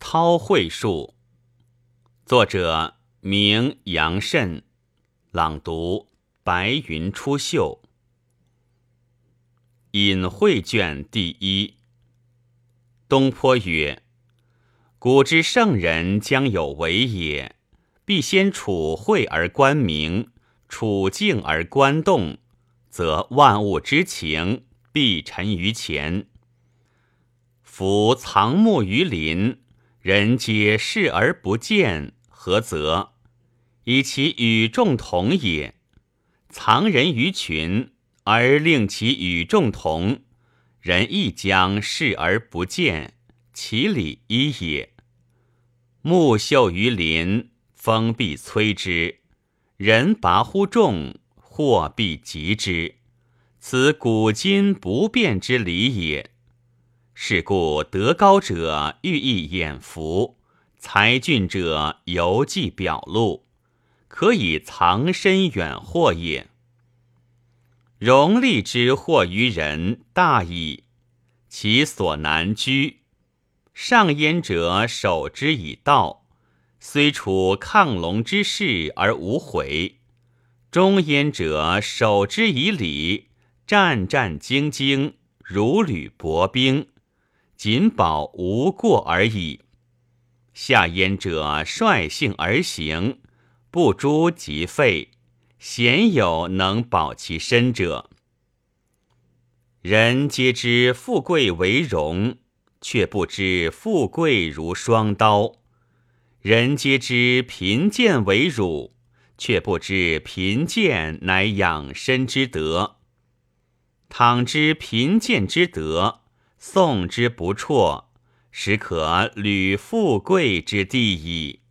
韬晦术。作者名杨慎，朗读白云出岫。隐晦卷第一。东坡曰：古之圣人将有为也，必先处晦而观明，处静而观动，则万物之情必陈于前。夫藏木于林，人皆视而不见，何则？以其与众同也。藏人于群，而令其与众同，人亦将视而不见，其理一也。木秀于林，风必摧之；人拔乎众，祸必及之。此古今不变之理也。是故德高者寓意掩伏，才俊者犹计表露，可以藏身远祸也。荣利之祸于人大矣，其所难居。上焉者守之以道，虽处亢龙之势而无悔；中焉者守之以礼，战战兢兢，如履薄冰，仅保无过而已。下焉者率性而行，不诛即废，鲜有能保其身者。人皆知富贵为荣，却不知富贵如双刀；人皆知贫贱为辱，却不知贫贱乃养身之德。倘知贫贱之德，诵之不辍，实可履富贵之地矣。